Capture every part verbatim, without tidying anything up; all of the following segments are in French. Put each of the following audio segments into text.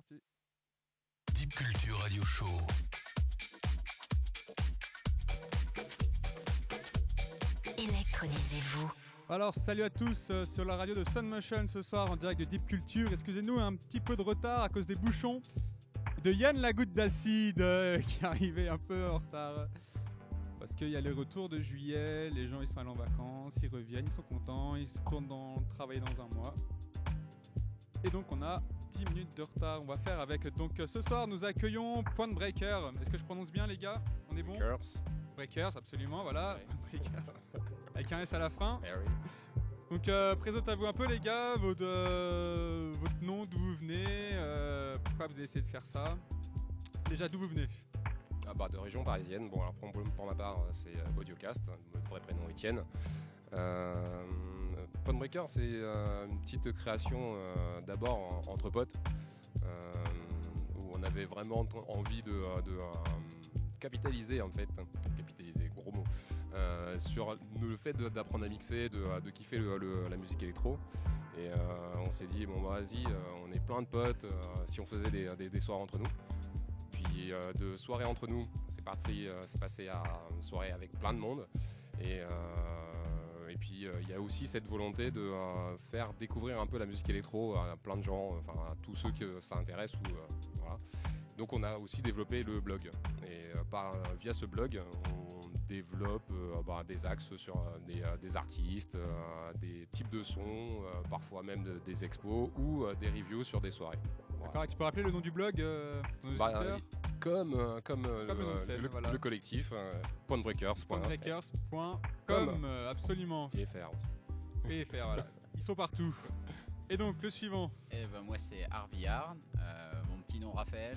parti. Deep Culture Radio Show. Électronisez-vous. Alors salut à tous euh, sur la radio de Sunmotion ce soir en direct de Deep Culture. Excusez-nous un petit peu de retard à cause des bouchons de Yann la goutte d'acide euh, qui est arrivé un peu en retard. Parce qu'il y a le retour de juillet, les gens ils sont allés en vacances, ils reviennent, ils sont contents, ils se tournent dans, travailler dans un mois. Et donc on a dix minutes de retard, on va faire avec. Donc ce soir nous accueillons Point Breaker. Est-ce que je prononce bien les gars? On est bon? Breakers. Breakers, absolument, voilà. Ouais. Breakers. Avec un S à la fin. Harry. Donc euh, présentez-vous un peu les gars, votre, euh, votre nom, d'où vous venez, euh, pourquoi vous avez essayé de faire ça. Déjà d'où vous venez? Ah bah, de région parisienne. Bon, alors pour, pour ma part, c'est Audiocast, mon vrai prénom Étienne. Euh, Point Breaker, c'est euh, une petite création euh, d'abord en, entre potes, euh, où on avait vraiment envie de, de euh, capitaliser en fait, capitaliser, gros mot, euh, sur le fait de, d'apprendre à mixer, de, de kiffer le, le, la musique électro. Et euh, on s'est dit, bon bah vas-y, euh, on est plein de potes, euh, si on faisait des, des, des soirées entre nous. Puis euh, de soirée entre nous, c'est parti, euh, c'est passé à une soirée avec plein de monde. Et, euh, et puis il euh, y a aussi cette volonté de euh, faire découvrir un peu la musique électro à plein de gens, enfin à tous ceux que ça intéresse. Ou, euh, voilà. Donc on a aussi développé le blog. Et euh, par, via ce blog, on développe euh, bah, des axes sur euh, des, euh, des artistes, euh, des types de sons, euh, parfois même de, des expos ou euh, des reviews sur des soirées. Voilà. D'accord, et tu peux rappeler le nom du blog euh, Bah, comme, euh, comme, euh, Comme le, le scène, le, voilà. le collectif, euh, Pointbreakers. Pointbreakers point com, Com. euh, absolument. Et faire. Et faire, voilà. Ils sont partout. Et donc le suivant. Eh ben, moi c'est Arvillard, euh, mon petit nom Raphaël,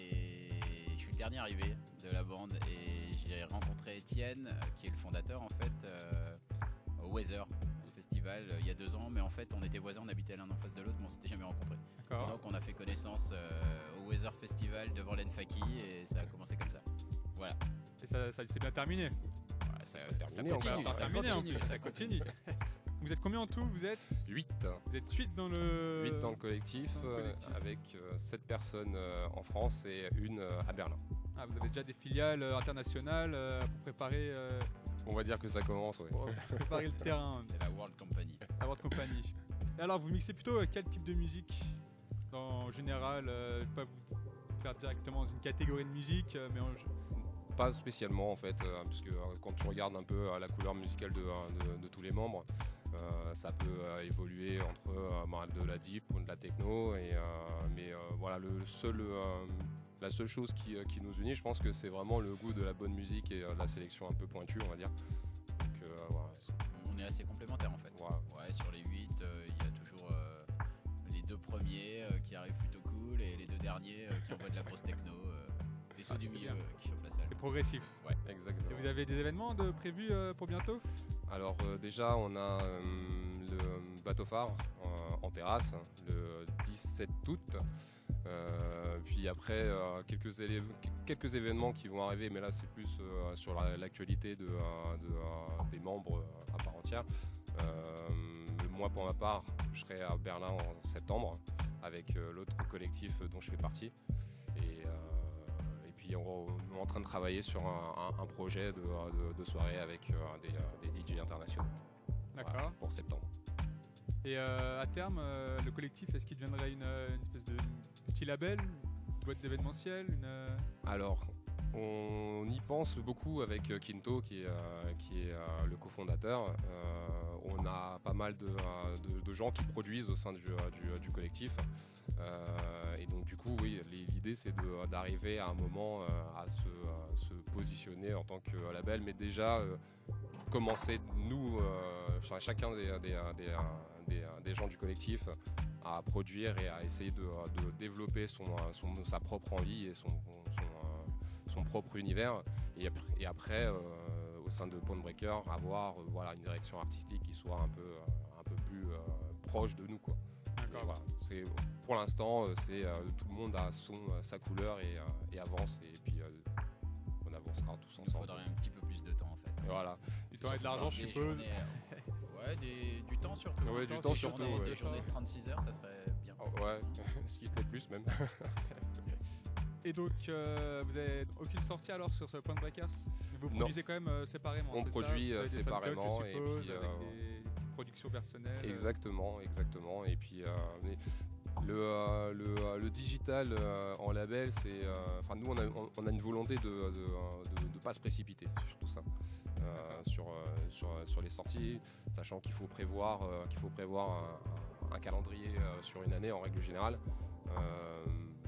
et je suis le dernier arrivé de la bande, et j'ai rencontré Étienne, euh, qui est le fondateur en fait, euh, au Weather, au festival, euh, il y a deux ans, mais en fait on était voisins, on habitait l'un en face de l'autre, mais on s'était jamais rencontrés. D'accord. Donc on a fait connaissance euh, au Weather Festival devant l'Enfaki, et ça a commencé comme ça. Voilà. Et ça, ça c'est bien terminé. Ouais, ça, pas ça terminé, continue, on va ça terminer, continue, en plus, ça continue. Vous êtes combien en tout? Vous êtes huit. Vous êtes huit dans le. huit dans le collectif, dans le euh, collectif. avec euh, sept personnes euh, en France et une euh, à Berlin. Ah, vous avez déjà des filiales euh, internationales euh, pour préparer, euh, On va dire que ça commence, ouais. pour préparer le terrain. C'est la World Company. La World Company. Et alors, vous mixez plutôt euh, quel type de musique en général? euh, Pas vous faire directement dans une catégorie de musique, euh, mais en, Pas spécialement en fait, euh, parce que euh, quand tu regardes un peu euh, la couleur musicale de, euh, de, de tous les membres, euh, ça peut euh, évoluer entre euh, bah, de la deep ou de la techno, et, euh, mais euh, voilà, le seul, euh, la seule chose qui, euh, qui nous unit, je pense que c'est vraiment le goût de la bonne musique et euh, la sélection un peu pointue, on va dire. Donc, euh, voilà. On est assez complémentaires en fait. Voilà. Ouais, sur les huit, il euh, y a toujours euh, les deux premiers euh, qui arrivent plutôt cool, et les deux derniers euh, qui envoient de la grosse techno, euh, et ceux Ah, du c'est milieu bien. euh, qui chauffent la salle. c'est progressif. Exactement. Et vous avez des événements de prévus euh, pour bientôt? Alors euh, déjà on a euh, le bateau phare euh, en terrasse le dix-sept août, euh, puis après euh, quelques, élé- quelques événements qui vont arriver, mais là c'est plus euh, sur la- l'actualité de, euh, de, euh, des membres euh, à part entière. Euh, moi pour ma part je serai à Berlin en septembre avec euh, l'autre collectif dont je fais partie, et euh, Et puis on, on est en train de travailler sur un, un- un projet de, de- de soirée avec euh, des, euh, des D J internationaux. D'accord. Voilà, pour septembre. Et euh, à terme, euh, le collectif, est-ce qu'il deviendrait une, euh, une espèce de petit label, une boîte d'événementiel, une, euh, Alors, on y pense beaucoup avec euh, Kinto, qui est, euh, qui est euh, le cofondateur. Euh, on a pas mal de, euh, de- de gens qui produisent au sein du, euh, du- du collectif. Euh, et donc du coup, oui, l'idée c'est de- d'arriver à un moment euh, à se, euh, se positionner en tant que euh, label, mais déjà euh, commencer nous, euh, ch- chacun des, des, des, des, des gens du collectif, à produire et à essayer de, de développer son, son, sa propre envie et son, son, euh, son propre univers. Et après, et après euh, au sein de Pointbreaker, avoir euh, voilà, une direction artistique qui soit un peu, euh, un peu plus euh, proche de nous, quoi. Et voilà, c'est, pour l'instant, euh, c'est, euh, tout le monde a son, euh, sa couleur et, euh, et avance, et puis euh, on avancera tous Il nous ensemble. faudrait un petit peu plus de temps en fait. Et voilà. du temps et de l'argent, je Des suppose? journées, euh, ouais, des- du temps surtout. Ouais, du Des temps surtout, surtout, des ouais. journées de trente-six heures, ça serait bien. Oh, ouais, si ce n'est plus même. Et donc, euh, vous avez aucune sortie alors sur ce Point Breakers? Vous Non. produisez quand même euh, séparément? On c'est produit ça Vous euh, avez des séparément subcuts, je et suppose, puis, avec euh, des petites productions personnelles. euh. exactement, exactement. Et puis euh, mais le, euh, le, euh, le digital euh, en label, c'est, euh, enfin nous on a, on, on a une volonté de ne de, de, de pas se précipiter, c'est surtout ça. Euh, sur, euh, sur, sur les sorties, sachant qu'il faut prévoir, euh, qu'il faut prévoir un, un calendrier euh, sur une année en règle générale. Euh,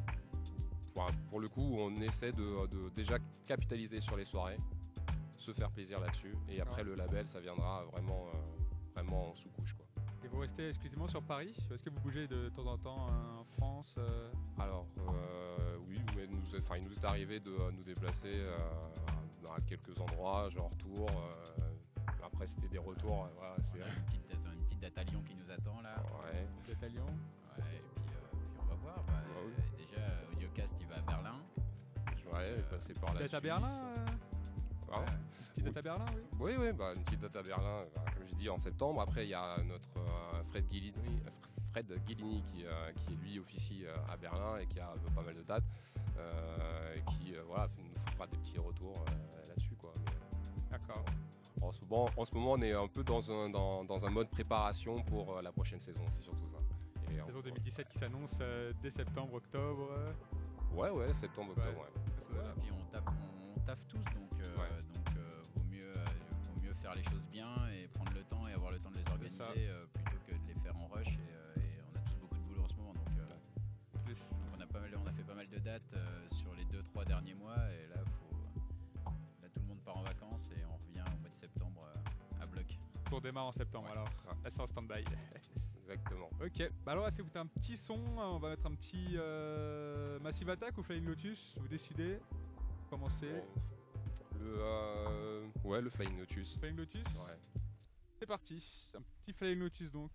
pour, pour le coup, on essaie de, de déjà capitaliser sur les soirées, se faire plaisir là-dessus, et après le label, ça viendra vraiment, euh, vraiment en sous-couche, quoi. Et vous restez exclusivement sur Paris? Est-ce que vous bougez de temps en temps euh, en France euh... Alors, euh, oui, mais nous, enfin, il nous est arrivé de euh, nous déplacer euh, dans quelques endroits, genre Tours. Euh, après, c'était des retours. Euh, voilà, On c'est a une petite, date- une petite date à Lyon qui nous attend là. ouais. Vous êtes à Lyon? Ouais, et puis, euh, puis on va voir. Bah, Bah oui. euh, déjà, euh, Audiocast il va à Berlin. Ouais, Euh, passer par la Date à Suisse. Berlin euh... Ah, Ouais. Petite date à Berlin, oui. oui, oui, bah, une petite date à Berlin, bah, comme j'ai dit, en septembre. Après, il y a notre euh, Fred Guillini, Fred Guillini qui, euh, qui lui officie euh, à Berlin et qui a euh, pas mal de dates, euh, et qui euh, voilà, nous fera des petits retours euh, là-dessus, quoi. Mais, D'accord. en, ce moment, en ce moment, on est un peu dans un, dans, dans un mode préparation pour euh, la prochaine saison, c'est surtout ça. Et, Saison on- deux mille dix-sept qui s'annonce euh, dès septembre, octobre. euh. Ouais, ouais, septembre, octobre, ouais. Ça, Ouais, puis on tape, on, on taffe tous, donc, euh, Ouais. donc euh, vaut, mieux, euh, vaut mieux faire les choses bien et prendre le temps et avoir le temps de les organiser ça. euh, plutôt que de les faire en rush. Et, euh, et on a tous beaucoup de boulot en ce moment, donc euh, plus. on, a pas mal, on a fait pas mal de dates euh, sur les deux trois derniers mois. Et là, faut, là, tout le monde part en vacances et on revient au mois de septembre euh, à bloc. Tour démarre en septembre Ouais. alors. Ah. Là, c'est en stand-by. Exactement. Ok, bah alors là, c'est un petit son. On va mettre un petit euh, Massive Attack ou Flying Lotus. Vous décidez. Commencez. Bon, le, euh, ouais, le Flying Lotus. Flying Lotus. Ouais. C'est parti. Un petit Flying Lotus donc.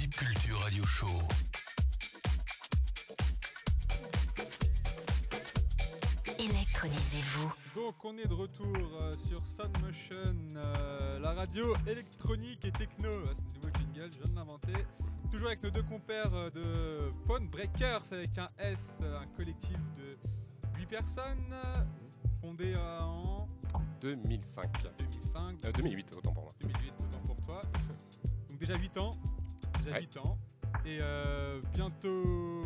Deep Culture Radio Show. Électronisez-vous. Donc on est de retour euh, sur Soundmotion, euh, la radio électronique et techno. Ah, c'est un nouveau jingle, je viens de l'inventer. Toujours avec nos deux compères euh, de Phone Breakers avec un S, euh, un collectif de huit personnes, euh, fondé euh, en deux mille cinq. deux mille cinq. Euh, deux mille huit, autant pour moi. deux mille huit, autant pour toi. Donc déjà huit ans. Déjà Ouais. huit ans. Et euh, bientôt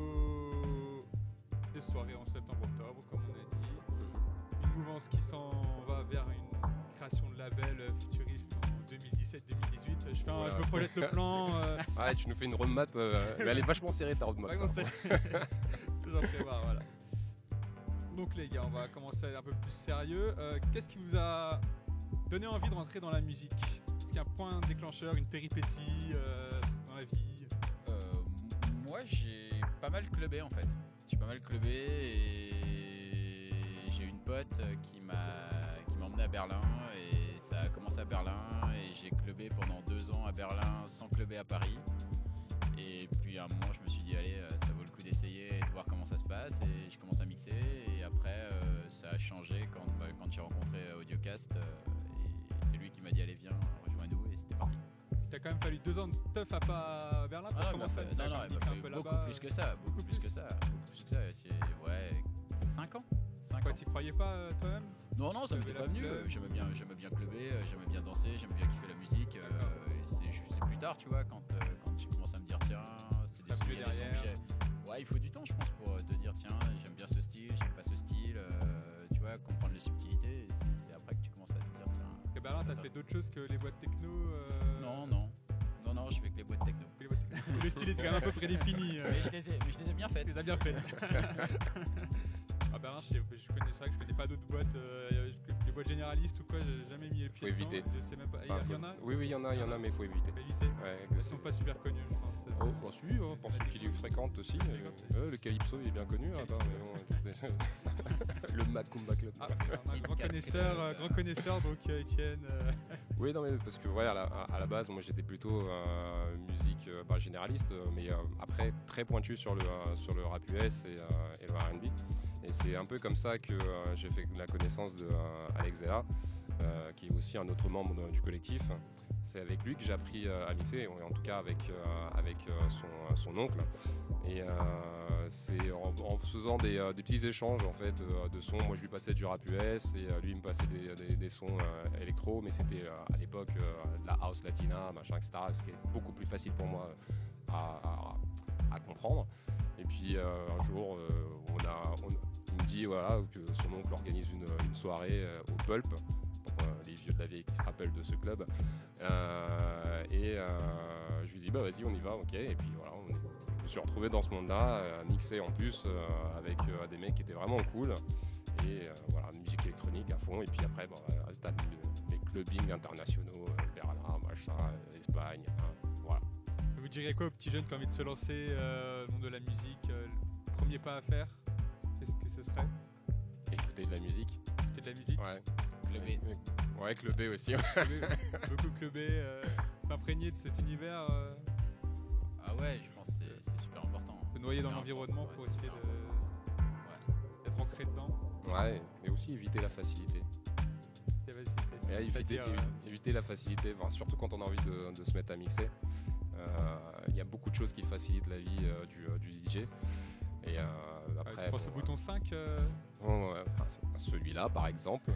des soirées en septembre-octobre, comme on a dit. Une mouvance qui s'en va vers une création de label futuriste en deux mille dix-sept deux mille dix-huit. Je, fais un, Voilà. je me projette le plan. Euh, Ouais, tu nous fais une roadmap, euh, mais elle est vachement serrée ta roadmap. vraiment, c'est- toujours prévoir, voilà. Donc les gars, on va commencer à être un peu plus sérieux. Euh, Qu'est-ce qui vous a donné envie de rentrer dans la musique? Est-ce qu'il y a un point déclencheur, une péripétie euh, dans la vie? Euh, m- moi, j'ai pas mal clubé en fait. J'ai pas mal clubé et j'ai une pote qui m'a qui m'a emmené à Berlin et ça a commencé à Berlin et j'ai clubé pendant deux ans à Berlin sans clubber à Paris. Et puis à un moment, je me suis dit allez, euh, ça vaut le coup d'essayer et de voir comment ça se passe et je commence à mixer et après euh, ça a changé quand bah, quand j'ai rencontré euh, Audiocast euh, et c'est lui qui m'a dit allez viens rejoins-nous et c'était parti. T'as quand même fallu deux ans de teuf à pas à Berlin pour Ah non, il m'a commencer à fait- non, non, il m'a mixer un fait peu beaucoup là-bas. plus que ça, beaucoup plus que ça, beaucoup plus que ça. C'est ouais, cinq ans, cinq Quoi, ans. t'y croyais pas euh, toi-même? Non, non, ça T'avais m'était la pas venu. flemme. euh, J'aimais bien, j'aimais bien clubber, euh, j'aimais bien danser, j'aimais bien kiffer la musique. euh, et c'est, c'est plus tard, tu vois, quand, euh, quand tu commences à me dire tiens, c'est des T'as sons, plus il y a des sons que derrière. j'ai- ouais, il faut du temps, je pense, pour euh, te dire tiens, j'aime bien ce style, j'aime pas ce style. euh, tu vois, comprendre les subtilités. et C'est, c'est après que tu commences à te dire tiens. À Berlin, t'as Attends. fait d'autres choses que les boîtes techno euh, Non, non, non, non, je fais que les boîtes techno. que les boîtes techno. Le style est quand même un peu prédéfini. euh. Mais je les ai, mais je les ai bien Tu faites. les as bien faites. À Berlin, je, sais- je connais, c'est vrai que je connais pas d'autres boîtes, euh, les boîtes généralistes ou quoi, j'ai jamais mis les pieds Faut dedans, éviter. Je sais même pas. Il y, Enfin, a- il y faut- en a Oui, oui, il y en a, il y en a, mais il faut éviter. Faut éviter. Ouais, Ils c'est- sont pas super connus, je pense. Oh, bah si, hein, pour ceux qui les fréquentent aussi. euh, ouais, le Calypso il est bien connu là-bas. mais bon, c'est- le Macumba Club. Ah, on a un grand Kit Kat connaisseur, Club, euh, grand connaisseur, donc euh, Étienne. euh, Oui, non, mais parce que ouais, à, la, à la base, moi j'étais plutôt euh, musique euh, bah, généraliste, euh, mais euh, après très pointu sur le, euh, sur le rap U S et, euh, et le R and B. Et c'est un peu comme ça que euh, j'ai fait la connaissance de euh, Alex Zella, euh, qui est aussi un autre membre de- du collectif. C'est avec lui que j'ai appris euh, à mixer, en tout cas avec, euh, avec euh, son, son oncle. Et euh, c'est en, en faisant des, euh, des petits échanges en fait euh, de sons. Moi je lui passais du rap U S et euh, lui il me passait des, des, des sons euh, électro, mais c'était euh, à l'époque euh, de la house latina, machin, et cetera. Ce qui est beaucoup plus facile pour moi euh, à, à- à comprendre. Et puis euh, un jour, euh, on a, on, il me dit voilà, que son oncle organise une, une soirée euh, au Pulp, pour euh, les vieux de la vieille qui se rappellent de ce club. Euh, et euh, je lui dis bah vas-y on y va, ok. Et puis voilà, on est, je me suis retrouvé dans ce monde-là, euh, mixé en plus euh, avec euh, des mecs qui étaient vraiment cool. Et euh, voilà, musique électronique à fond. Et puis après, bon, euh, t'as le- les clubbings internationaux, euh, Berlin, machin, euh, Espagne, hein, voilà. Vous diriez quoi aux petits jeunes qui ont envie de se lancer euh, dans le monde de la musique euh, Le premier pas à faire, qu'est-ce que ce serait? Écouter de la musique. Écouter de la musique, Ouais. Clubber. Ouais, clubber aussi. ouais. clubber, beaucoup clubber, euh, s'imprégner de cet univers, euh, Ah ouais, je pense que c'est, c'est super important. se noyer dans Super l'environnement important, pour ouais, essayer super de- important. Ouais. d'être ancré dedans. Ouais, mais aussi éviter la facilité. Et vas-y, c'était- Et éviter, c'est-à-dire, évi- euh, éviter la facilité, enfin, surtout quand on a envie de, de se mettre à mixer. Il y a beaucoup de choses qui facilitent la vie euh, du, euh, du D J. Et euh, ouais, après, tu penses bon, au bouton cinq euh, bon, ouais, enfin, c'est- celui-là par exemple.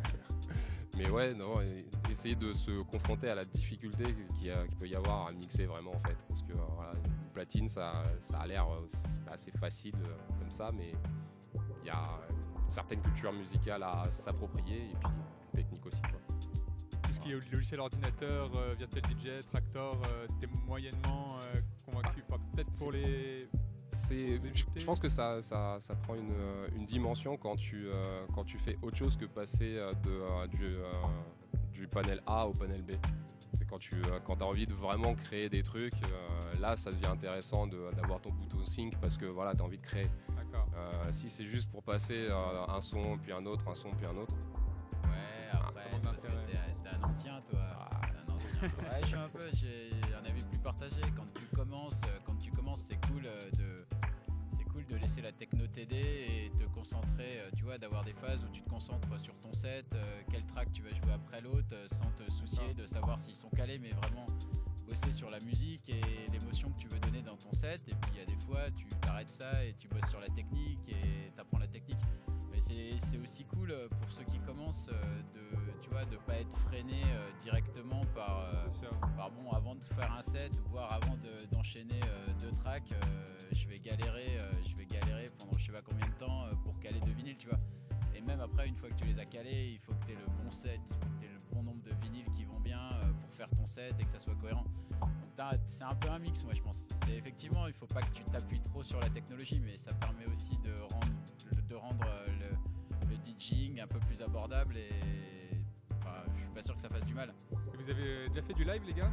Mais ouais, non, et- essayer de se confronter à la difficulté qu'il y a- qu'il peut y avoir à mixer vraiment en fait. Parce que euh, voilà, une platine, ça, ça a l'air euh, c'est assez facile euh, comme ça, mais il y a une certaine culture musicale à s'approprier et puis une technique aussi, quoi. tout ce qui est logiciel ordinateur, euh, Virtual D J, Tractor, euh, t'es moyennement euh, convaincu. Enfin, peut-être pour C'est- les. C'est, Pour je, débuter. je pense que ça, ça, ça prend une, euh, une dimension quand tu, euh, quand tu fais autre chose que passer euh, de, euh, du, euh, du panel A au panel B. C'est quand tu euh, quand as envie de vraiment créer des trucs, euh, là ça devient intéressant de, d'avoir ton bouton sync parce que voilà, tu as envie de créer. D'accord. Euh, si c'est juste pour passer euh, un son, puis un autre, un son, puis un autre, Ouais, après, comment c'est parce que d'intérêt. t'es, c'était un ancien, toi. Ah. T'es un Non, c'est bien. Ouais, je suis un peu, j'ai un avis plus partagé. Quand tu commences, euh, quand tu commences, c'est cool euh, de, c'est cool de laisser la techno t'aider et te concentrer. euh, Tu vois, d'avoir des phases où tu te concentres sur ton set, euh, quel track tu vas jouer après l'autre, euh, sans te soucier de savoir s'ils sont calés, mais vraiment bosser sur la musique et l'émotion que tu veux donner dans ton set. Et puis il y a des fois, tu t'arrêtes ça et tu bosses sur la technique et t'apprends la technique. Mais c'est, c'est aussi cool euh, pour ceux qui commencent euh, de, tu vois, de pas être freiné euh, directement par, euh, Bien sûr. par bon, avant de faire un set ou voire avant de, d'enchaîner euh, deux tracks, euh, je vais galérer, euh, je vais galérer pendant je sais pas combien de temps euh, pour caler deux vinyles, tu vois. Et même après, une fois que tu les as calés, il faut que tu aies le bon set, il faut que tu aies le bon nombre de vinyles qui vont bien euh, pour faire ton set et que ça soit cohérent. Donc t'as- c'est un peu un mix, moi je pense. C'est effectivement, il faut pas que tu t'appuies trop sur la technologie, mais ça permet aussi de rendre, de rendre euh, le, le DJing un peu plus abordable et enfin, je suis pas sûr que ça fasse du mal. Et vous avez déjà fait du live, les gars?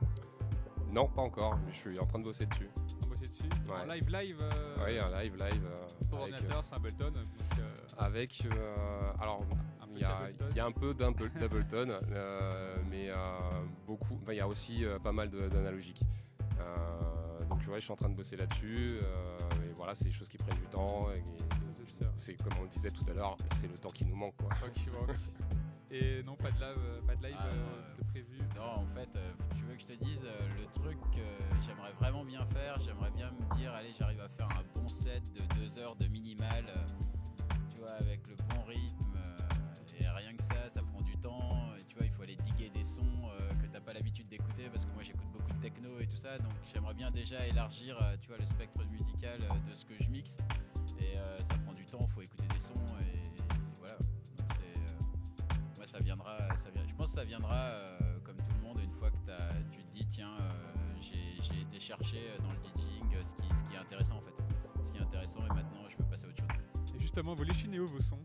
Non, pas encore, mais je suis en train de bosser dessus. On bossait dessus. Ouais. En live, live. Euh, Oui, un live, live. euh, Sur avec, ordinateur, sur Ableton. Donc, euh, avec euh, alors un peu il y, a, d'Ableton. il y a un peu d'Able- d'Ableton, euh, mais euh, beaucoup. Enfin, il y a aussi euh, pas mal de- d'analogique. Euh, donc tu vois, je suis en train de bosser là-dessus. euh, et voilà, c'est des choses qui prennent du temps. Et, C'est sûr. c'est comme on le disait tout à l'heure, c'est le temps qui nous manque, quoi. Ok, bon. Et non, pas de live, euh, pas de live Ah, non, euh, euh, de prévu. Non, en fait, euh, tu veux que je te dise, euh, le truc que j'aimerais vraiment bien faire, j'aimerais bien me dire, allez, j'arrive à faire un bon set de deux heures de minimal, euh, tu vois, avec le bon rythme, euh, et rien que ça, ça prend du temps, et tu vois, il faut aller diguer des sons euh, que t'as pas l'habitude d'écouter, parce que moi j'écoute beaucoup de techno et tout ça, donc j'aimerais bien déjà élargir, euh, tu vois, le spectre musical euh, de ce que je mixe, et euh, ça prend du temps, il faut écouter des sons, et, et voilà. Donc c'est, euh, moi ça viendra, ça vient, je pense que ça viendra euh, comme tout le monde une fois que t'as, tu te dis tiens euh, j'ai, j'ai été chercher dans le DJing euh, ce qui, ce qui est intéressant en fait, ce qui est intéressant et maintenant je veux passer à autre chose. Et justement, vous les chinez où vos sons?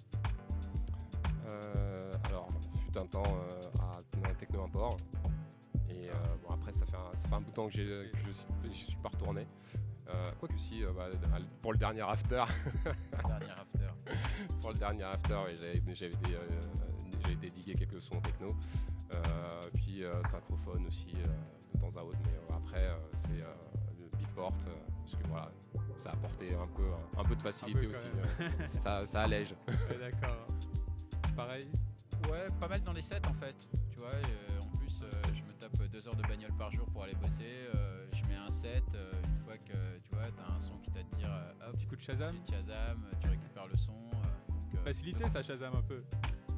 Euh, alors, fut un temps euh, à un techno import. Et euh, bon, après, ça fait, un, ça fait un bout de temps que, j'ai, que je suis, je suis pas retourné. Euh, Quoique si, euh, bah, pour le dernier after, Dernier after. pour le dernier after, ouais, j'avais, j'avais, été, euh, j'avais été diguer quelques sons techno. Euh, puis euh, synchrophone aussi euh, de temps à autre. Mais euh, après, euh, c'est euh, le beatport, euh, parce que voilà, ça a apporté un peu, un peu de facilité Un peu, quand aussi. euh, ça, ça allège. Ouais, d'accord. Pareil. Ouais, pas mal dans les sets en fait, tu vois, et, euh, en plus euh, je me tape deux heures de bagnole par jour pour aller bosser, euh, je mets un set, euh, une fois que tu vois, t'as un son qui t'attire, euh, hop, Petit coup de Shazam. tu Shazam, tu récupères le son. euh, donc, euh, Facilité, ça, Shazam un peu.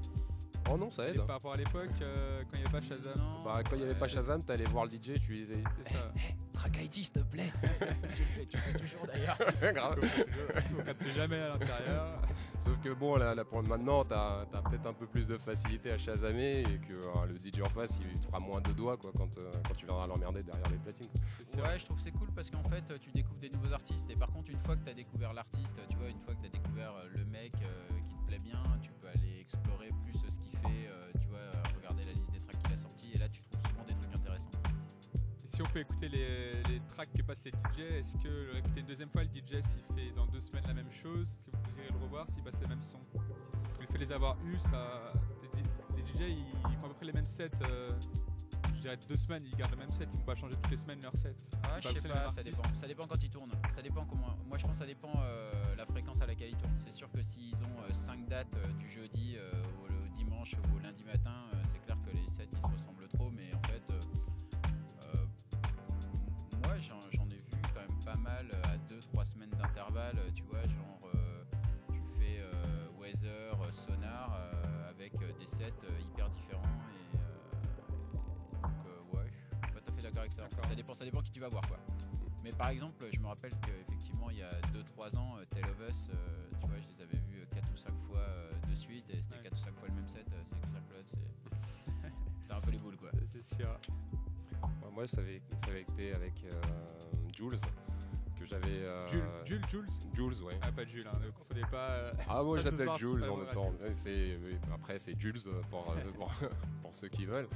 Oh non, ça Et aide. par rapport à l'époque, euh, quand il n'y avait pas Shazam. Non, Bah, quand il n'y avait ouais, pas Shazam, t'allais voir le D J, tu lui disais C'est ça. Track I D s'il te plaît. tu le fais, tu le fais toujours d'ailleurs. Grave. On capte jamais à l'intérieur. Sauf que bon, là, là, pour maintenant, t'as as peut-être un peu plus de facilité à Shazamer et que euh, le D J en face, il te fera moins de doigts quoi, quand, euh, quand tu viendras l'emmerder derrière les platines. C'est sûr. Ouais, je trouve que c'est cool parce qu'en fait, tu découvres des nouveaux artistes. Et par contre, une fois que tu as découvert l'artiste, tu vois, une fois que tu as découvert euh, le mec euh, qui te plaît bien, tu peux aller explorer plus euh, ce qu'il fait, euh, tu vois, euh, regarder la liste des tracks qu'il a sortis. Et là, tu trouves souvent des trucs intéressants. Et si on peut écouter les, les tracks que passent les D J, est-ce que le réécouter une deuxième fois le D J s'il fait dans deux semaines la même chose, que vous irez le revoir s'il passe les mêmes sons? Le fait de les avoir eus, ça, les, D- les D J ils, ils font à peu près les mêmes sets. Euh, je dirais deux semaines, ils gardent le même set, ils vont pas changer toutes les semaines leur set. Ah, C'est je sais c'est les pas, mêmes ça artistes. dépend. Ça dépend quand ils tournent. Ça dépend comment. Moi, je pense que ça dépend euh, la fréquence à laquelle ils tournent. C'est sûr que s'ils ont cinq dates euh, du jeudi euh, au, au dimanche ou au lundi matin, euh, c'est clair que les sets ils se ressemblent trop. Mais en fait, euh, euh, moi j'en, j'en ai vu quand même pas mal à deux trois semaines d'intervalle. Tu vois, genre euh, tu fais euh, Weather, euh, Sonar euh, avec euh, des sets euh, hyper différents. Et, euh, et donc, euh, ouais, je suis pas tout à fait d'accord avec ça. D'accord. Ça dépend, ça dépend qui tu vas voir quoi. Mais par exemple, je me rappelle qu'effectivement, il y a deux trois ans, euh, Tale of Us, euh, tu vois, je les avais vus quatre ou cinq fois euh, de suite et c'était Ouais. quatre ou cinq fois le même set. euh, C'est clair que là, c'est. T'as un peu les boules quoi. C'est sûr. Ouais, moi, ça avait, ça avait été avec euh, Jules, que j'avais. euh, Jules, Jules, Jules Jules, ouais. Ah, pas Jules, hein, ne confondez pas. euh, Ah, moi, pas je ce l'appelle soir, Jules c'est pas en vrai, même temps. C'est, oui, après, c'est Jules euh, pour, euh, pour, pour ceux qui veulent.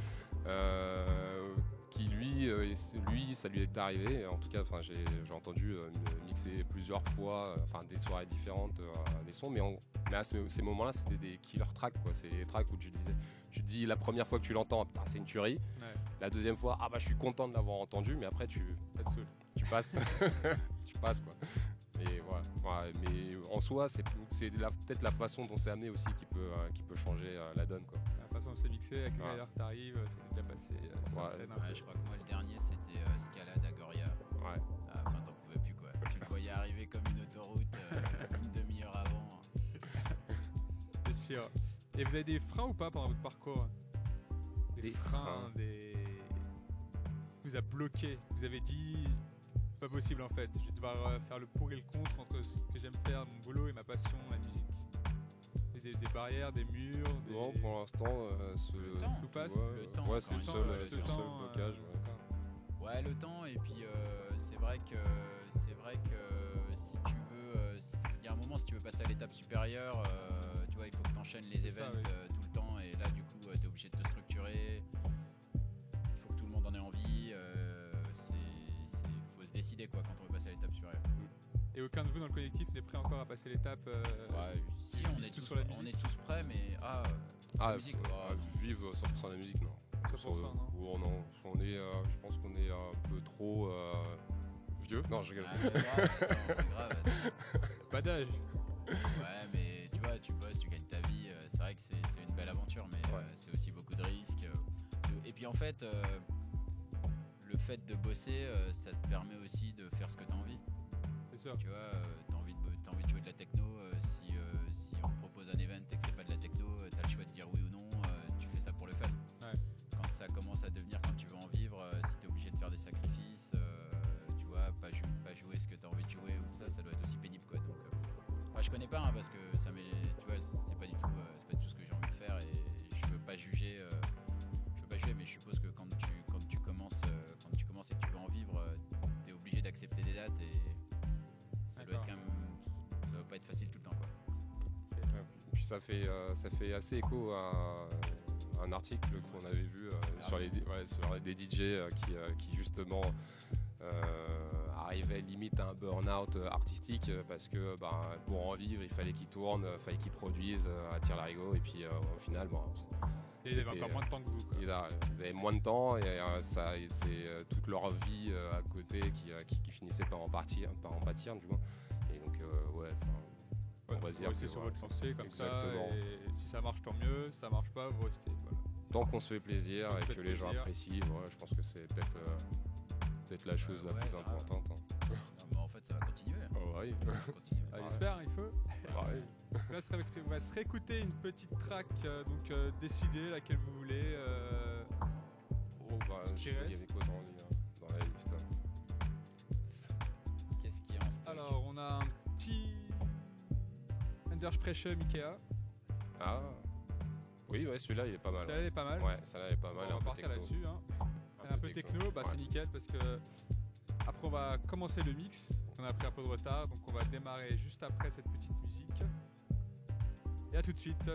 Euh, qui lui, euh, et c'est- lui, ça lui est arrivé. En tout cas, enfin, j'ai, j'ai entendu euh, mixer plusieurs fois, euh, enfin des soirées différentes, euh, des sons, mais en, Mais à ce- ces moments-là, c'était des killer tracks, quoi. C'est les tracks où tu disais, tu te dis la première fois que tu l'entends, putain, c'est une tuerie. Ouais. La deuxième fois, ah bah je suis content de l'avoir entendu, mais après tu, Ça te saoule. tu passes, tu passes quoi. Et voilà. Ouais, mais en soi, c'est, c'est la- peut-être la façon dont c'est amené aussi qui peut, euh, qui peut changer euh, la donne, quoi. La façon dont c'est mixé, avec Ouais. l'heure t'arrives, t'es déjà passé euh, sur Ouais. scène. un Ouais, peu. je crois que moi le dernier c'était euh, Scalade à Goria. Ouais. Ah, Enfin t'en pouvais plus quoi. Tu le voyais arriver comme une autoroute euh, une demi-heure avant. C'est sûr. Et vous avez des freins ou pas pendant votre parcours? Des freins, freins. des. Vous a bloqué. Vous avez dit, c'est pas possible en fait. Je vais devoir euh, faire le pour et le contre entre ce que j'aime faire, mon boulot et ma passion, la musique. Et Des, des barrières, des murs. Des... Non, pour l'instant, euh, ce, Le temps. Tout passe. ouais, Le temps, ouais, c'est le encore seul, une fois, c'est le le seul temps, blocage. euh, ouais. d'accord. Ouais, le temps, et puis euh, c'est vrai que c'est vrai que si tu veux, euh, il y a un moment, si tu veux passer à l'étape supérieure, euh, tu vois, il faut que tu enchaînes les C'est ça, events oui. euh, tout le temps, et là, du coup, tu es obligé de te structurer. Il faut que tout le monde en ait envie. Euh, c'est, c'est, faut se décider quoi quand on veut passer à l'étape supérieure. Et aucun de vous dans le collectif n'est prêt encore à passer l'étape. euh, Ouais, si tu on mises est, tout tous, sur la on musique. est tous prêts, mais ah, Ah, la musique, faut- oh, ah, non. vivre cent pour cent de la musique, non. cent pour cent, non Oh, non. On est, euh, je pense qu'on est un peu trop euh, vieux. Non, je rigole. Ah, mais grave, attends, mais grave, attends. Pas d'âge. Ouais, mais tu vois, tu bosses, tu gagnes ta vie. euh, c'est vrai que c'est, c'est une belle aventure, mais Ouais. euh, c'est aussi beaucoup de risques. euh. Et puis en fait, euh, le fait de bosser, euh, ça te permet aussi de faire ce que tu as envie. C'est sûr. Tu vois, euh, t'as envie de, bo- t'as envie de jouer de la techno. euh, si, euh, si on te propose un event et que c'est pas de la techno, euh, t'as le choix de dire oui ou non. euh, tu fais ça pour le fun. Ouais. Quand ça commence à devenir, quand tu veux en vivre, euh, si t'es obligé de faire des sacrifices, euh, tu vois, pas, jou- pas jouer ce que t'as envie de jouer ou tout ça, ça doit être aussi pénible quoi. Donc, euh, enfin, je connais pas hein, parce que ça m'est, tu vois, c'est pas du tout, euh, c'est pas du tout ce que j'ai envie de faire et je veux pas juger. euh, je veux pas juger, mais je suppose que quand tu, quand tu commences, euh, quand tu commences et que tu veux en vivre, euh, t'es obligé d'accepter des dates et ça doit être D'accord. quand même, ça va pas être facile tout le temps quoi. Puis ça fait, euh, ça fait assez écho à un article qu'on avait vu euh, sur, les, ouais, sur des D J euh, qui, euh, qui justement euh, arrivaient limite à un burn-out euh, artistique euh, parce que ben, pour en vivre il fallait qu'ils tournent, il fallait qu'ils produisent euh, à tire-larigot et puis euh, au final bon, Et ils avaient c'était, encore moins de temps que vous. Quoi. ils, a- ils avaient moins de temps et euh, ça, et c'est euh, toute leur vie euh, à côté qui, euh, qui, qui finissait par en partir, par en pâtir du moins. Et donc euh, ouais, enfin, Ouais, on va faut dire rester que, sur voilà, votre lancée comme exactement. ça. Et si ça marche, tant mieux. Si ça marche pas, vous restez. Voilà. Tant qu'on se fait plaisir Tant et que que vous les faites gens plaisir. apprécient, voilà, je pense que c'est peut-être, euh, peut-être la chose Euh, la ouais, plus grave. importante. hein. Non, mais en fait, ça va continuer. hein. Oh, ouais. Ça va continuer. Ah, Ouais. J'espère, il faut. Ouais. Là, se réécouter- on va se réécouter une petite track. euh, donc, euh, décidez laquelle vous voulez. euh, Oh, bah, Ce qui je sais pas, il y reste. avait quoi dans, les, euh, dans la liste Qu'est-ce qu'il y a en stock? Alors, on a un petit Underspreche Ikea. Ah oui, ouais, celui-là il est pas mal. Celle-là, elle est pas mal. Ouais, celle-là elle est pas mal. on va un peu partir techno. là-dessus. Hein. Un, peu techno, bah, Ouais. c'est nickel parce que après on va commencer le mix. On a pris un peu de retard, donc on va démarrer juste après cette petite musique. Et à tout de suite.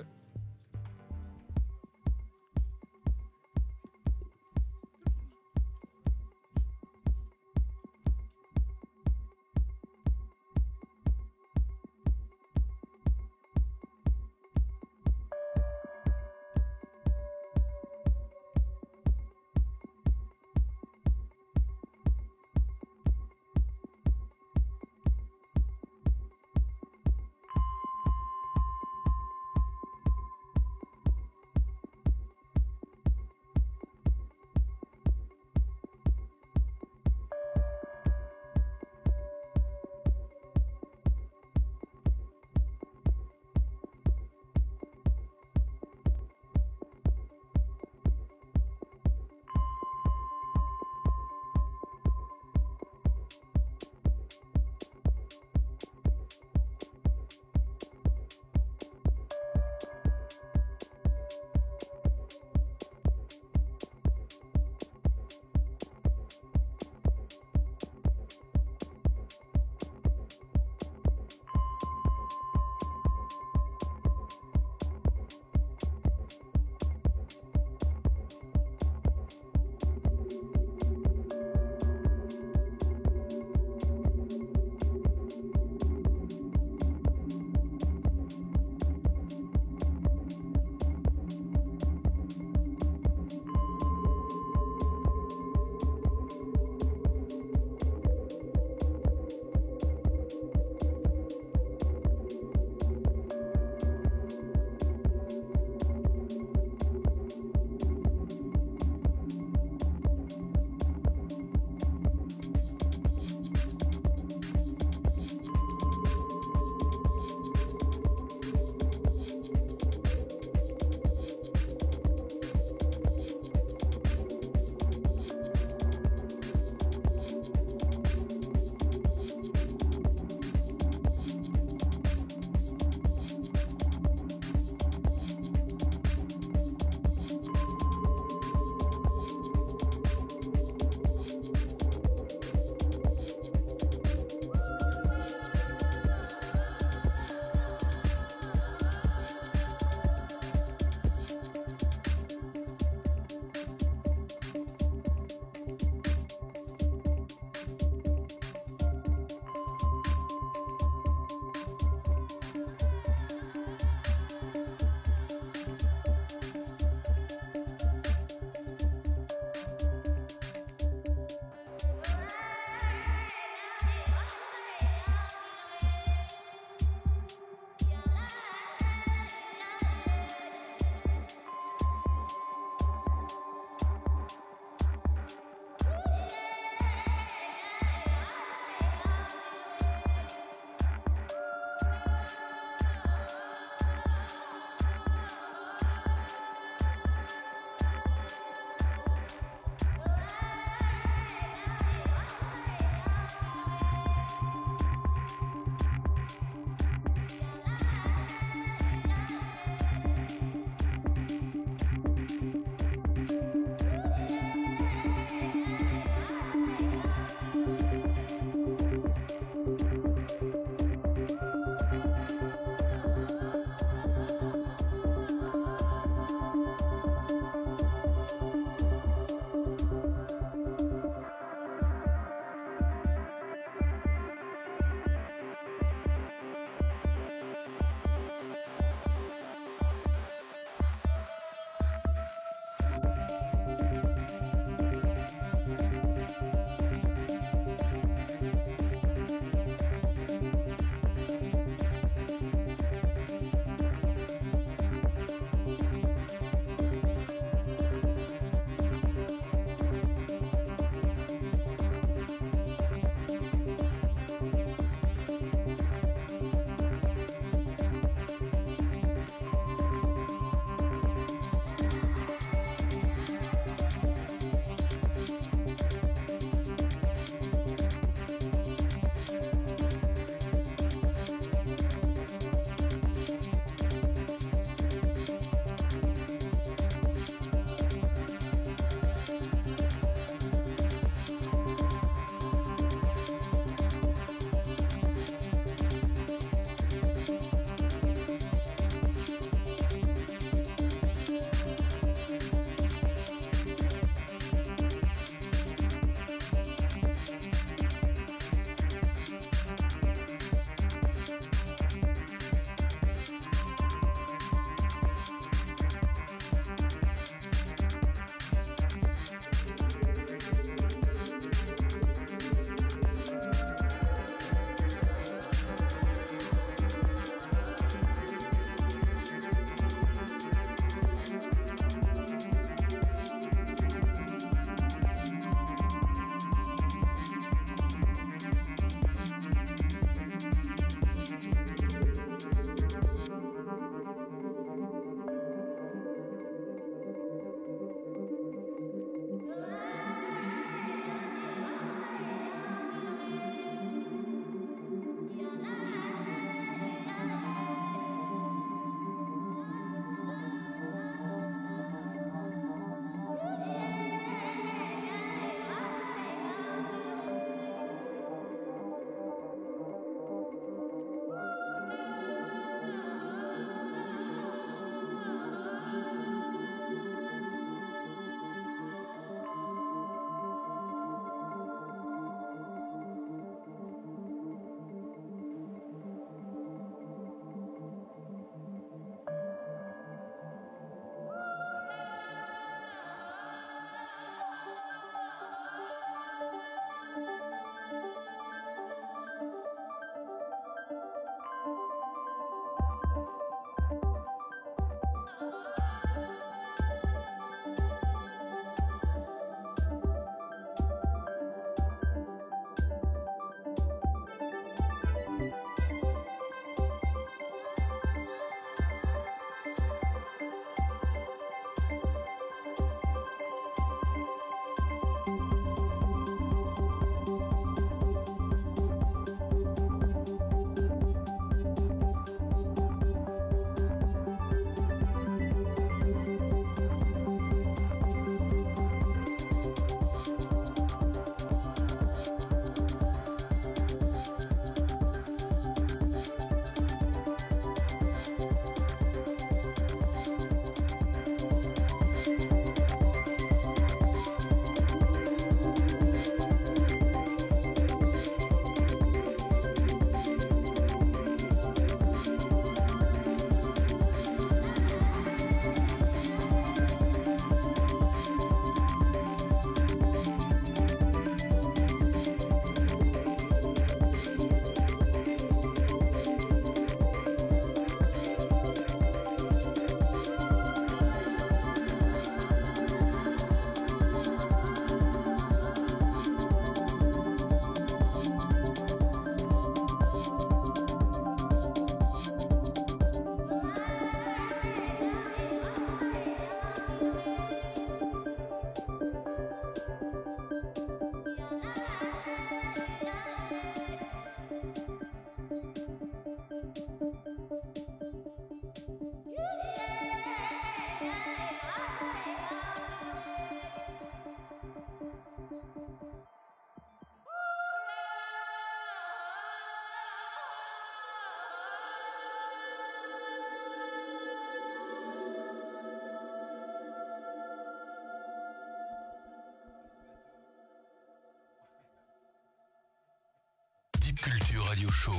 Deep Culture Radio Show.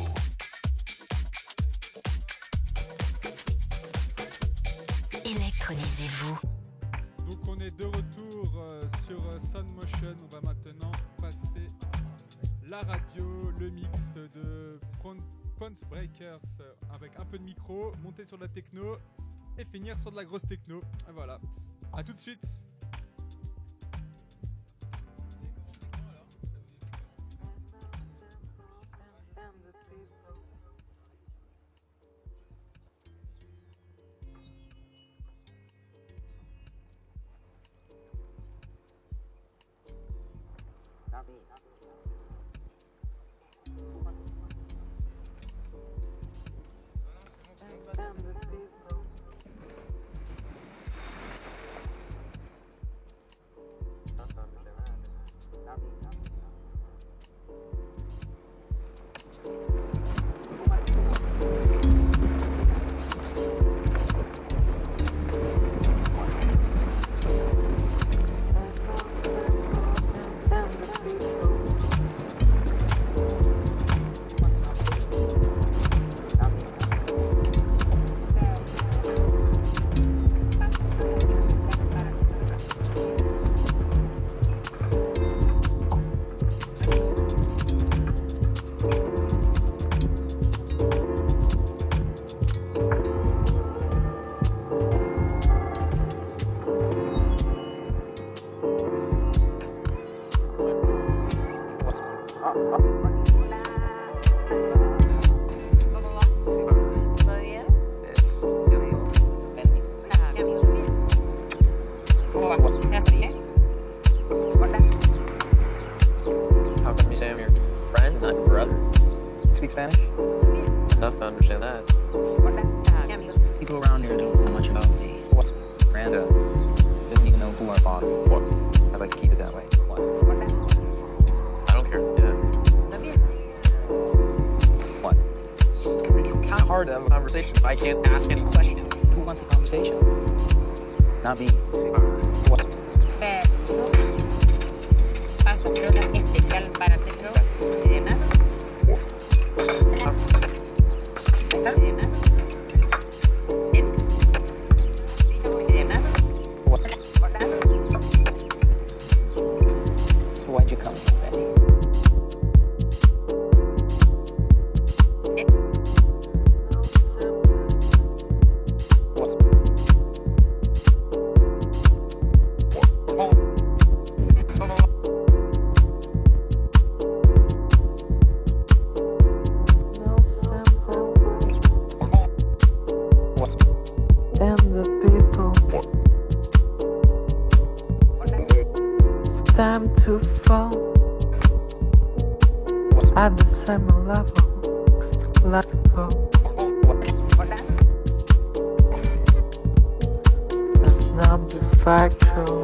Électronisez-vous. Donc on est de retour euh, sur euh, Soundmotion. On va maintenant passer la radio, le mix de Pons Breakers euh, avec un peu de micro, monter sur de la techno et finir sur de la grosse techno. Et voilà. A tout de suite. I can't ask any questions. Who wants a conversation? Not me. What? Especial para centro de nada. De nada. De nada. So why'd you come, Betty? Time to fall at the same level. Let go. Let's not be factual,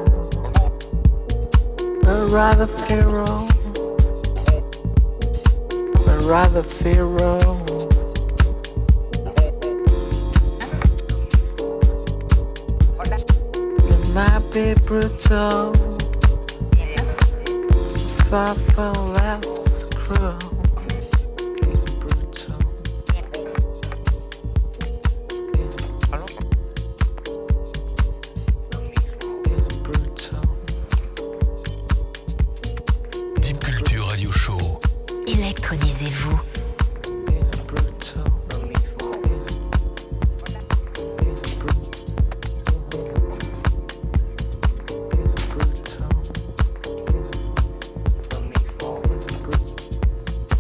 but rather feral, but rather feral. It might be brutal, far from less cruel. It's brutal. It's brutal. Deep Culture Radio Show. Électronisez-vous. It's brutal. It's brutal. It's brutal.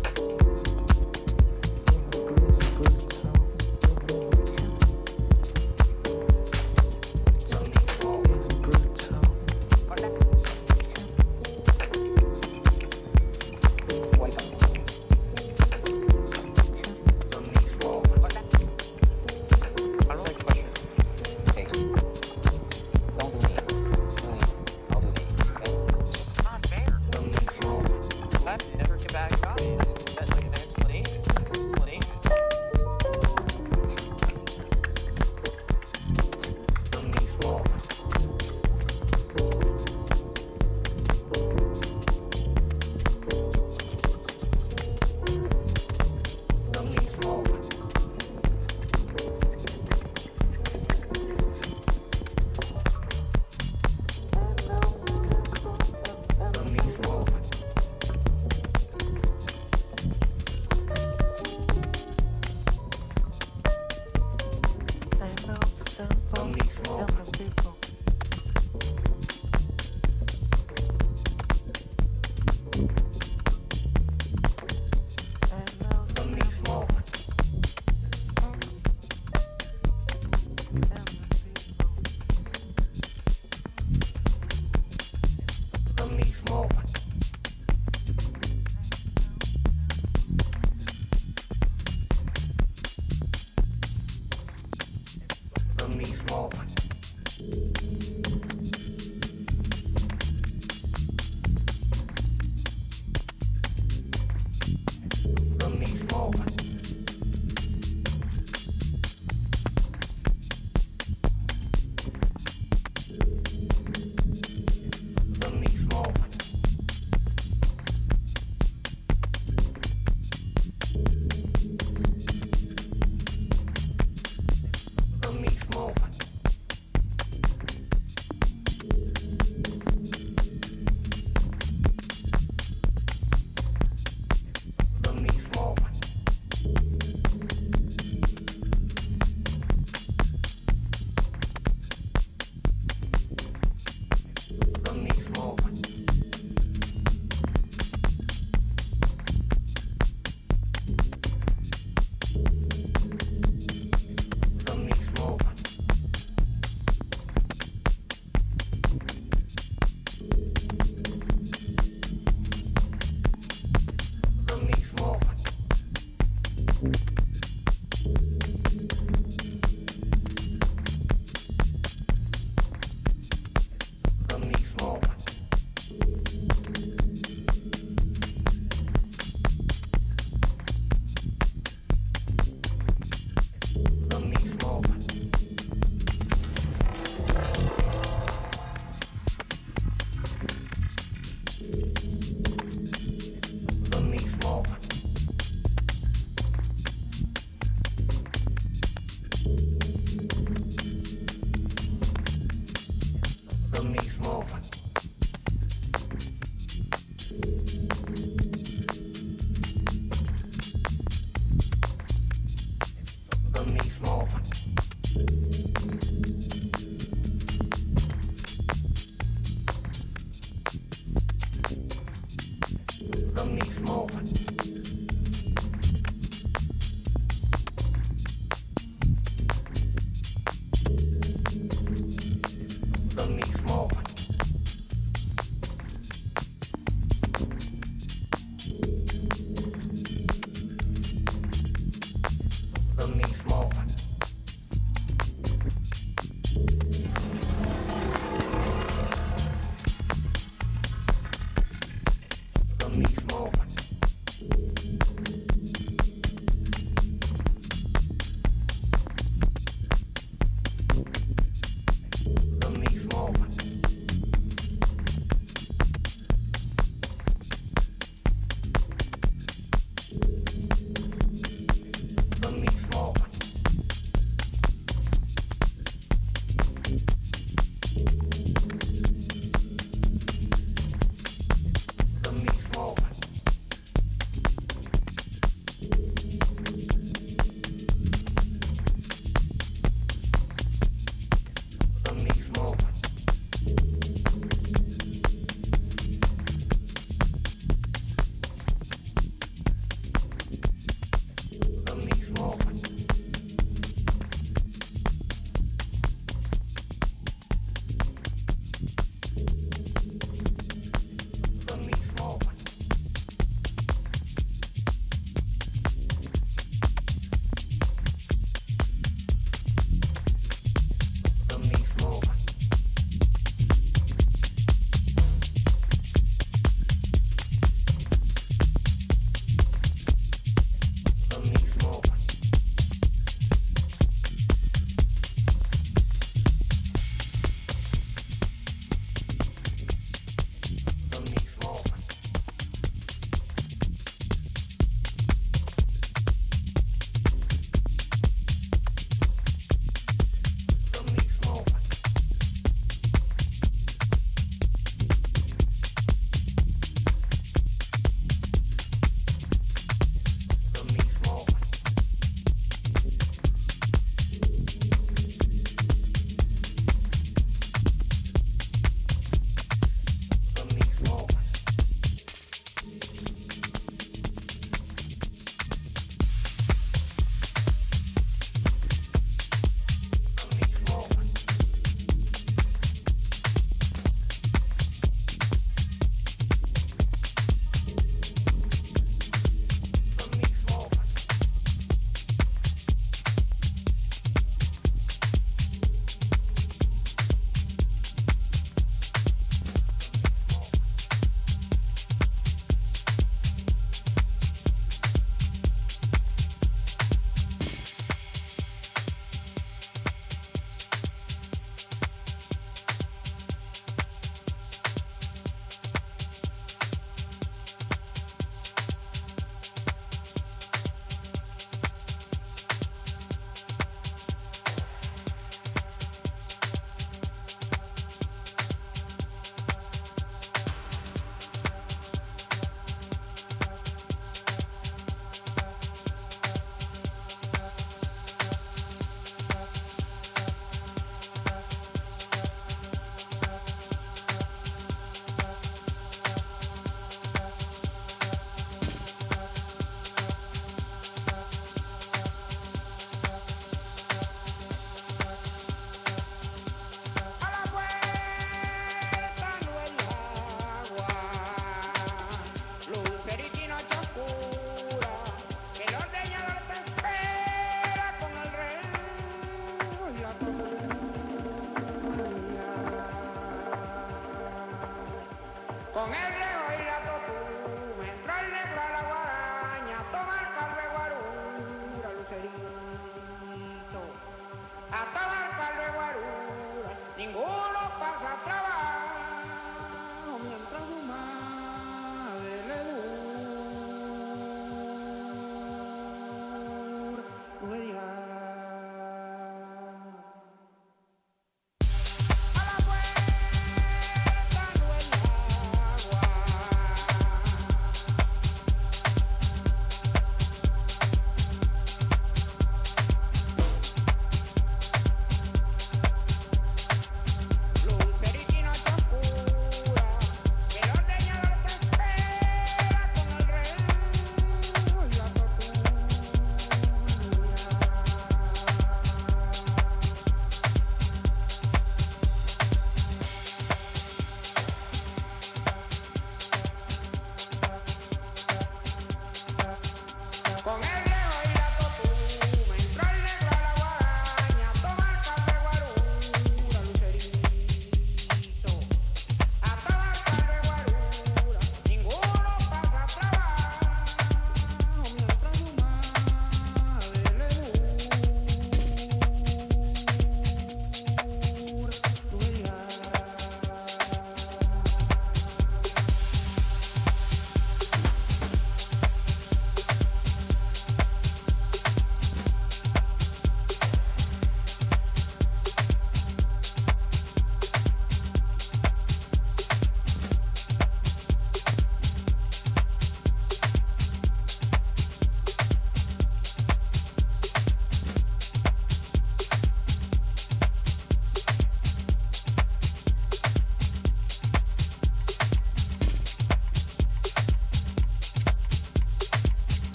The mix moment.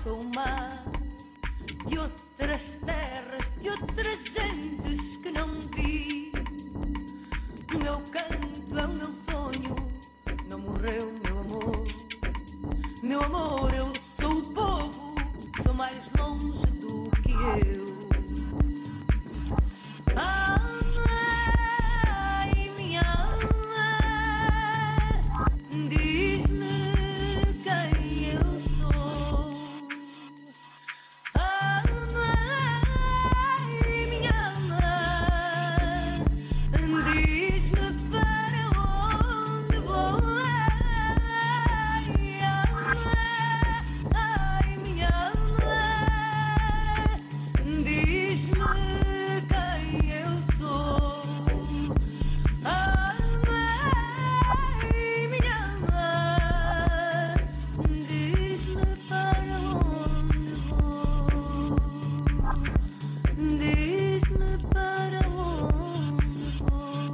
sou má de outras terras, de outras gentes que não vi. O meu canto é o meu sonho, não morreu meu amor. Meu amor, eu sou o povo, sou mais longe do que eu. Ai, minha alma, diz-me quem eu sou. Alma, ai, minha alma, diz-me para onde vou. Ai, alma, ai, minha alma, diz-me quem eu sou. Alma, ai, minha alma, diz-me para onde vou. Diz-me para onde vou.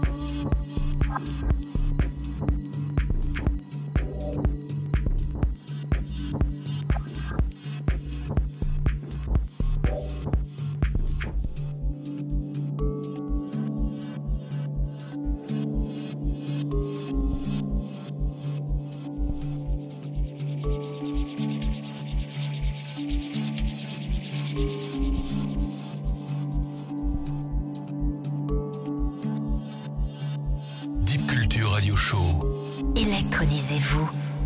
Deep Culture Radio Show. Électronisez-vous.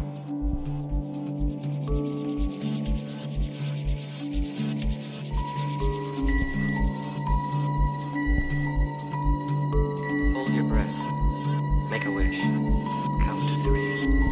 Hold your breath. Make a wish. Count to three.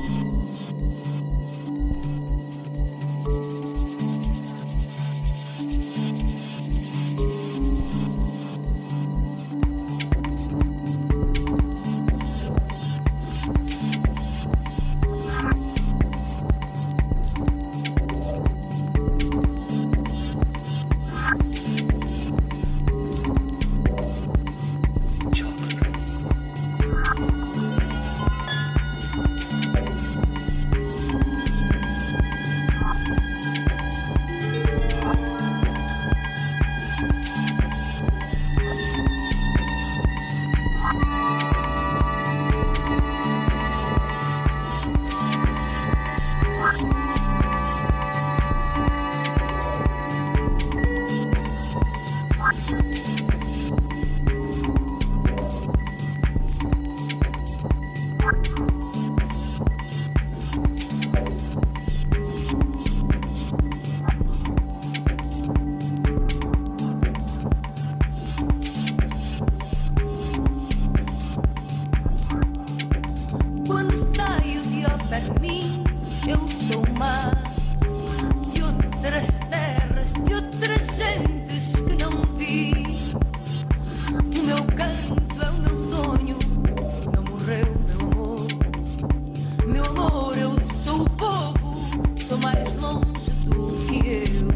Quando saio de ao pé de mim, eu sou má de outras terras, de outras gentes que não vi. O meu canto é o meu sonho, não morreu meu amor. Meu amor, eu sou o povo, sou mais longe do que eu.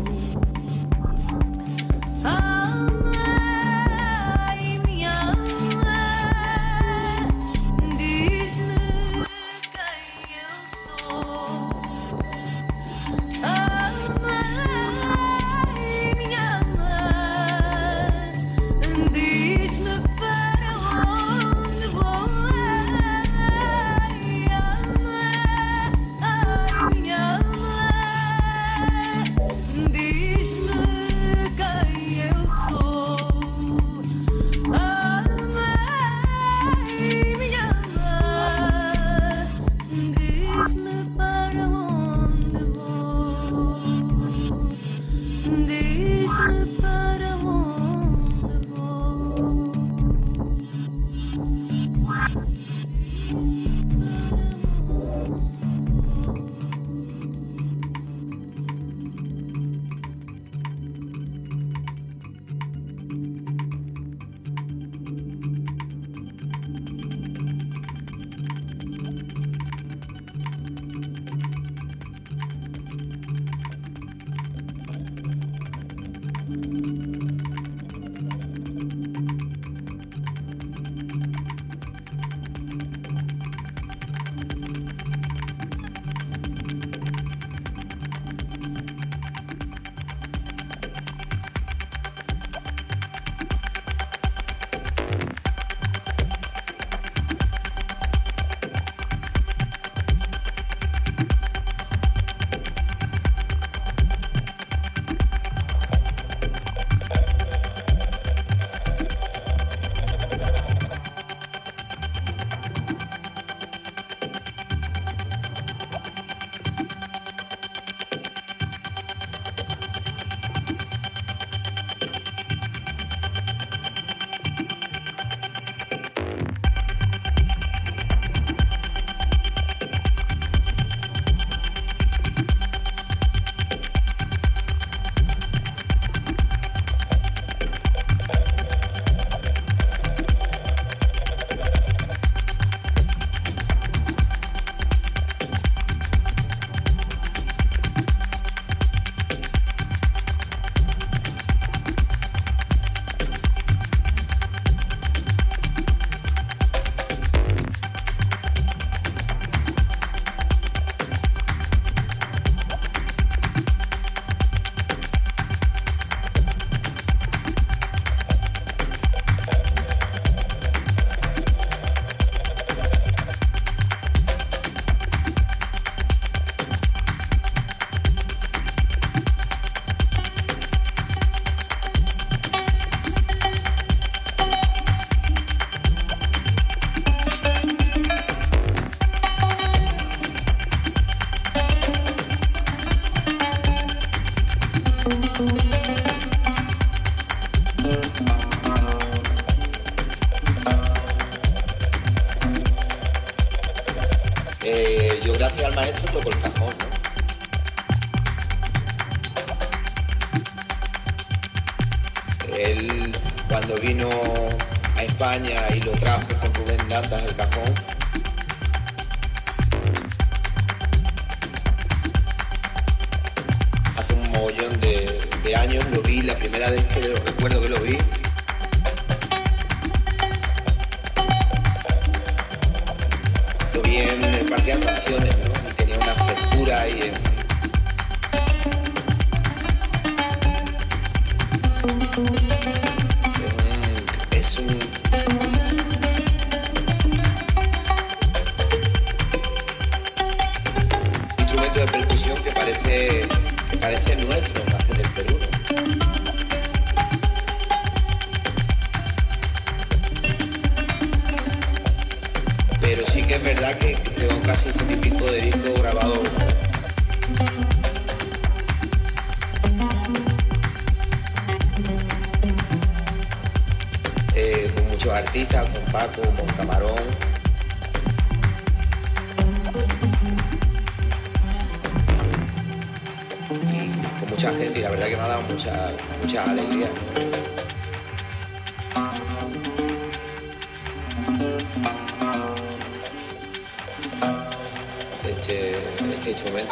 Alma, ai, minha alma, diz-me quem eu sou. Alma, ai, minha alma, diz-me para onde vou. Ai, alma, ai, minha alma, diz-me quem eu sou. Alma, ai, minha alma, diz-me para onde vou. Diz-me para onde vou. Eh, yo gracias al maestro toco el cajón, ¿no? Él cuando vino a España y lo trajo con Rubén Dantas el cajón, hace un mogollón de, de años lo vi, la primera vez que lo recuerdo que lo vi. Lo vi en el parque de atracciones, ¿no? Y tenía una frescura ahí en... Es un... instrumento de percusión que parece, que parece nuestro más que del Perú, ¿no? Pero sí que es verdad que tengo casi ciento y pico de discos grabados. Eh, con muchos artistas, con Paco, con Camarón. Y con mucha gente, y la verdad que me ha dado mucha, mucha alegría, ¿no? Este, este instrumento.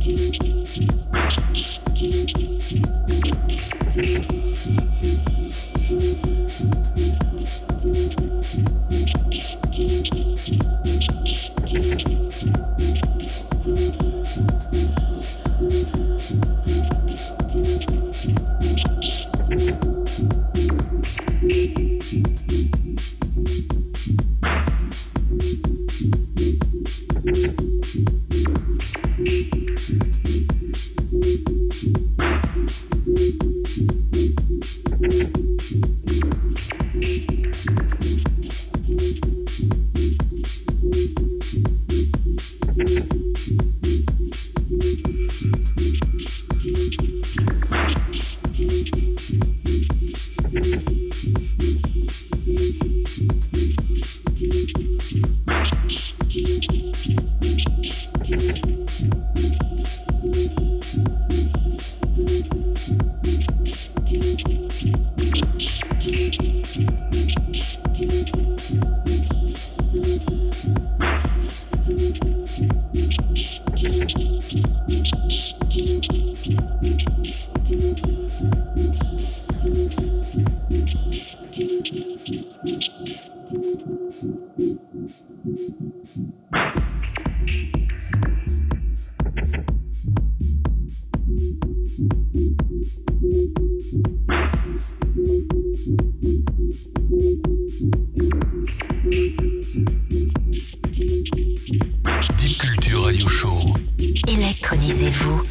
Deep Culture Radio Show. Électronisez-vous.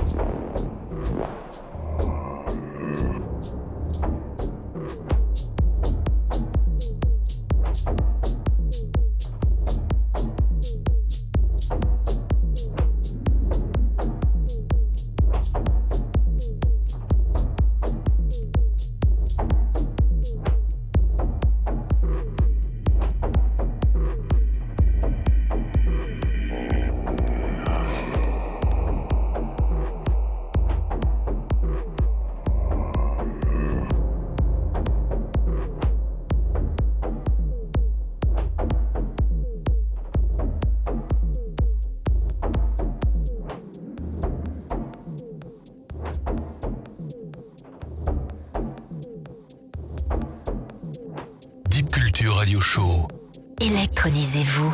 Radio Show. Électronisez-vous.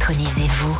Électronisez-vous.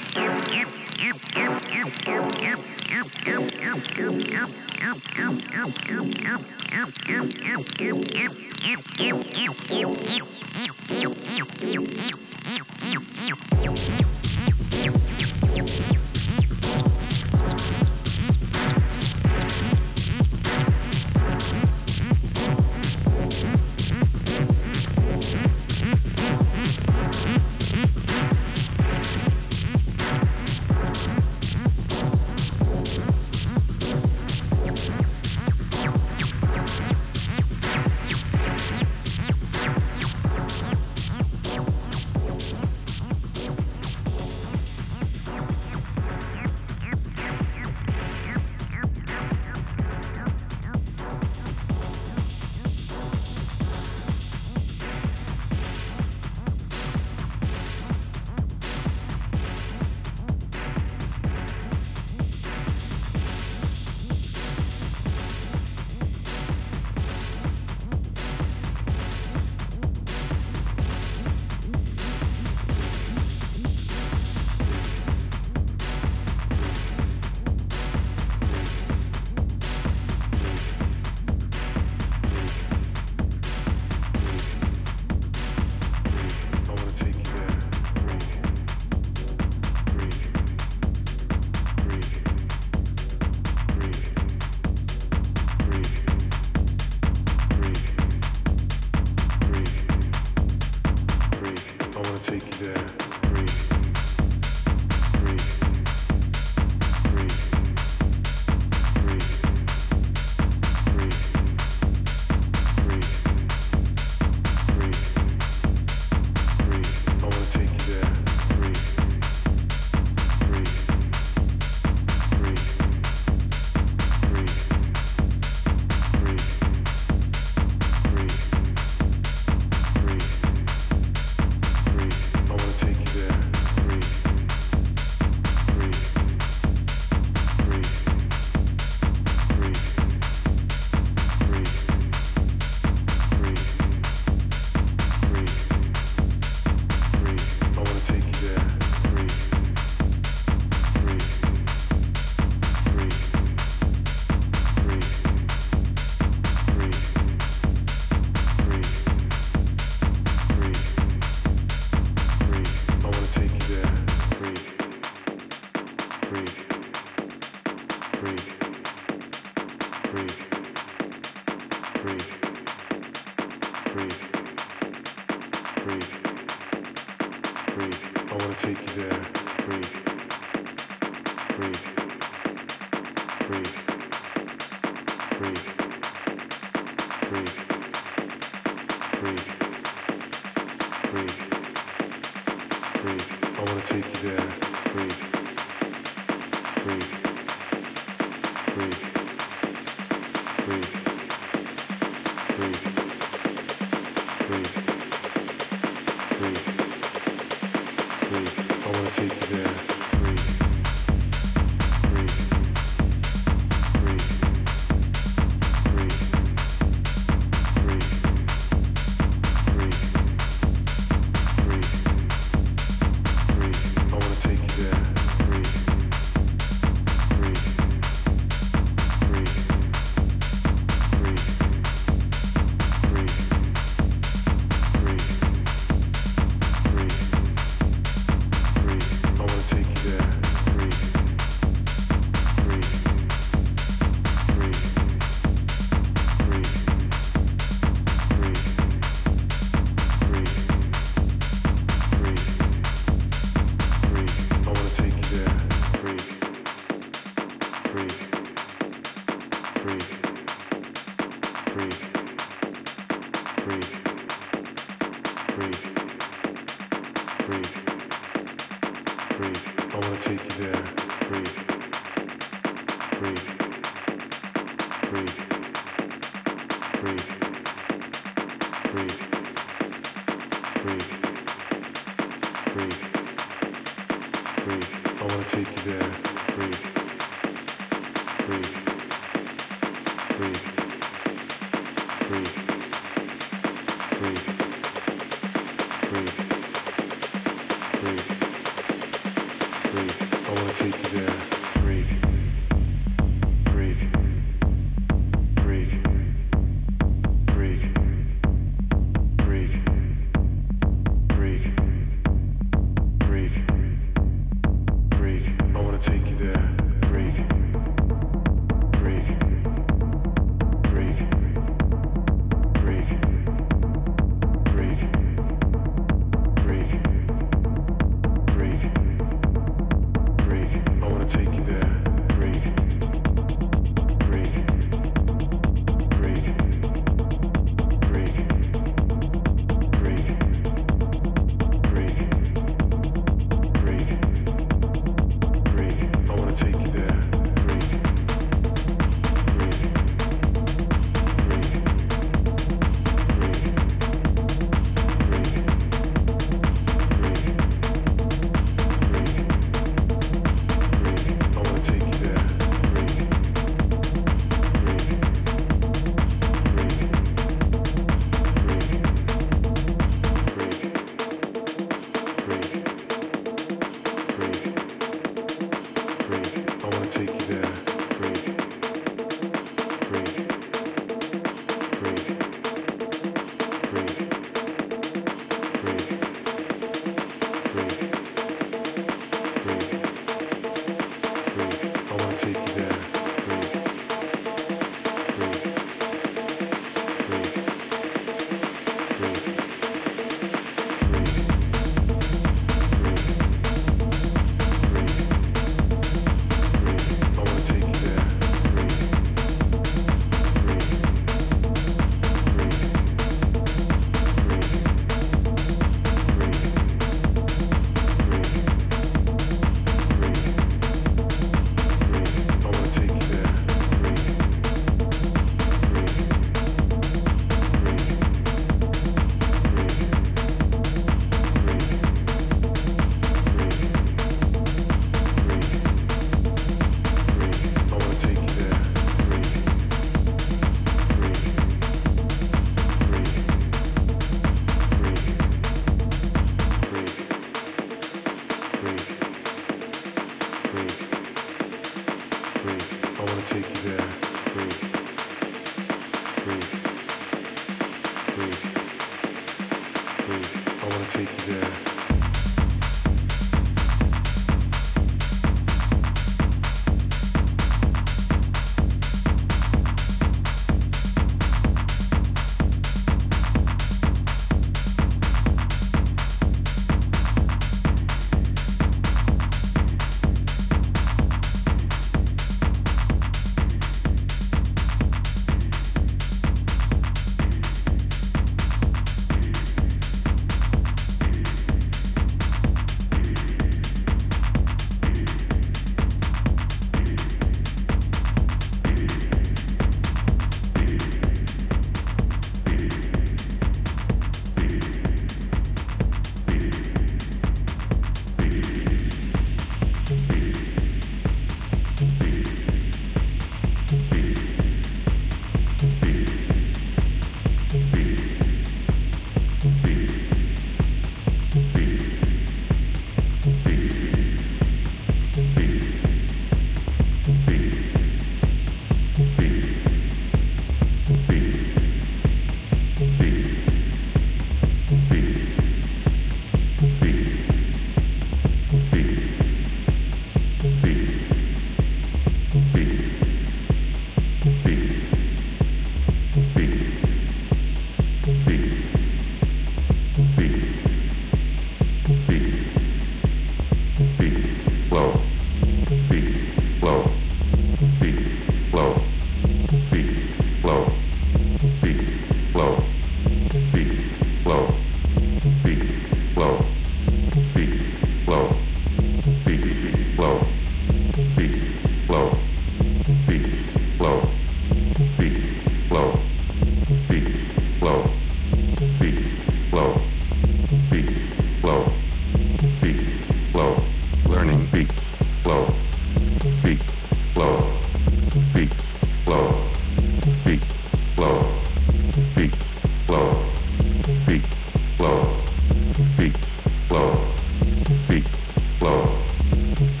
Beat, flow,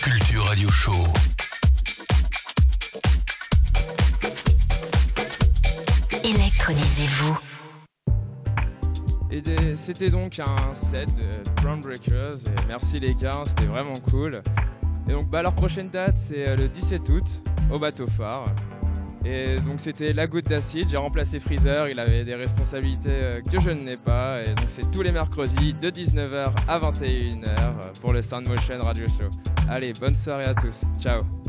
Culture Radio Show. Électronisez-vous. Et des- c'était donc un set de Groundbreakers. Et merci les gars, c'était vraiment cool. Et donc bah, leur prochaine date c'est euh, le dix-sept août au bateau phare. Et donc c'était La Goutte d'Acide, j'ai remplacé Freezer, il avait des responsabilités euh, que je n'ai pas. Et donc c'est tous les mercredis de dix-neuf heures à vingt et une heures pour le Sound Motion Radio Show. Allez, bonne soirée à tous, ciao.